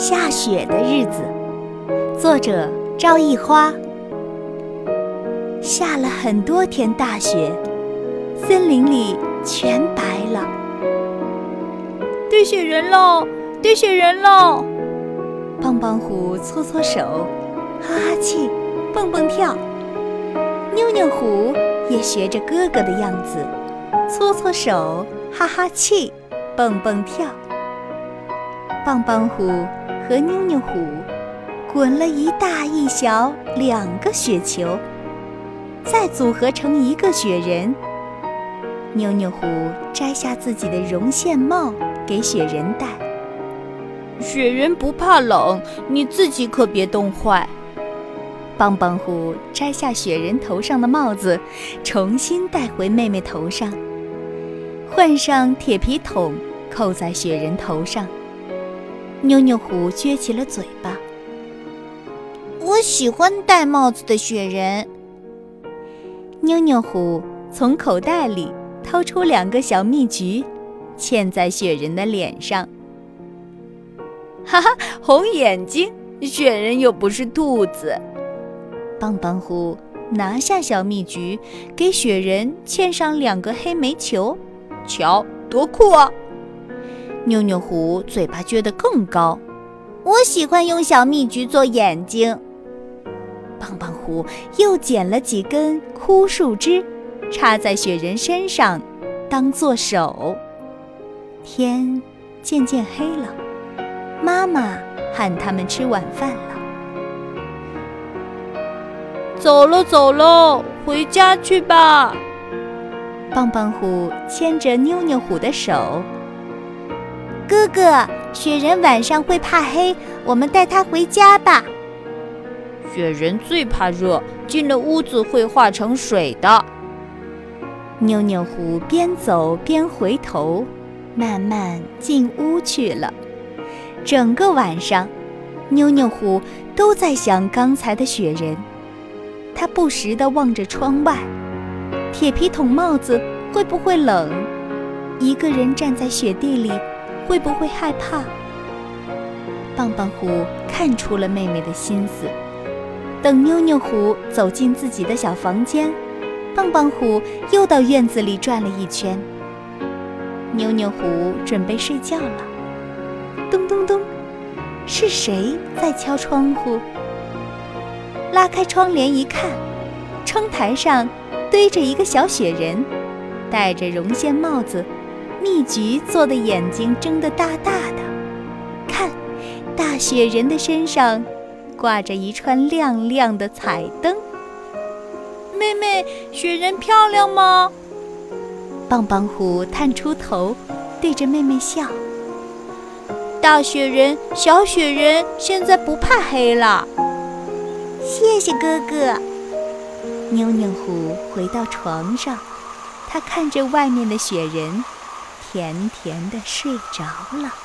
下雪的日子，作者赵一花。下了很多天大雪，森林里全白了。 堆雪人喽！堆雪人喽！ 棒棒虎搓搓手，哈哈气，蹦蹦跳。妞妞虎也学着哥哥的样子，搓搓手，哈哈气，蹦蹦跳。棒棒虎和妞妞虎滚了一大一小2个雪球，再组合成一个雪人。妞妞虎摘下自己的绒线帽给雪人戴。 雪人不怕冷，你自己可别冻坏。 棒棒虎摘下雪人头上的帽子，重新戴回妹妹头上，换上铁皮桶扣在雪人头上。妞妞虎撅起了嘴巴。 我喜欢戴帽子的雪人。 妞妞虎从口袋里掏出2个小蜜橘，嵌在雪人的脸上。 哈哈，红眼睛，雪人又不是兔子。 棒棒虎拿下小蜜橘，给雪人嵌上2个黑煤球， 瞧，多酷啊！ 妞妞虎嘴巴撅得更高。 我喜欢用小蜜橘做眼睛。 棒棒虎又捡了几根枯树枝，插在雪人身上当作手。天渐渐黑了，妈妈喊他们吃晚饭了。 走喽走喽，回家去吧。 棒棒虎牵着妞妞虎的手。 哥哥，雪人晚上会怕黑，我们带他回家吧。 雪人最怕热，进了屋子会化成水的。 妞妞虎边走边回头，慢慢进屋去了。整个晚上，妞妞虎都在想刚才的雪人。他不时地望着窗外，铁皮桶帽子会不会冷？一个人站在雪地里，会不会害怕？棒棒虎看出了妹妹的心思。等妞妞虎走进自己的小房间，棒棒虎又到院子里转了一圈。妞妞虎准备睡觉了。咚咚咚，是谁在敲窗户？拉开窗帘一看，窗台上堆着一个小雪人，戴着绒线帽子，蜜橘做的眼睛睁得大大的。看，大雪人的身上挂着一串亮亮的彩灯。 妹妹，雪人漂亮吗？ 棒棒虎探出头，对着妹妹笑。 大雪人、小雪人现在不怕黑了。 谢谢哥哥。 妞妞虎回到床上，她看着外面的雪人，甜甜地睡着了。